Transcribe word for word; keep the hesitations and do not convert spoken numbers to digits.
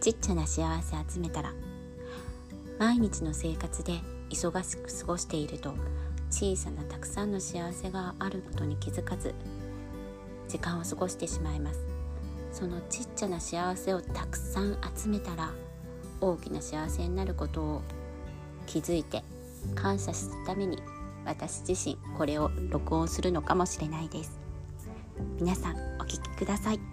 ちっちゃな幸せ集めたら。毎日の生活で忙しく過ごしていると、小さなたくさんの幸せがあることに気づかず時間を過ごしてしまいます。そのちっちゃな幸せをたくさん集めたら、大きな幸せになることを気づいて感謝するために、私自身これを録音するのかもしれないです。皆さんお聞きください。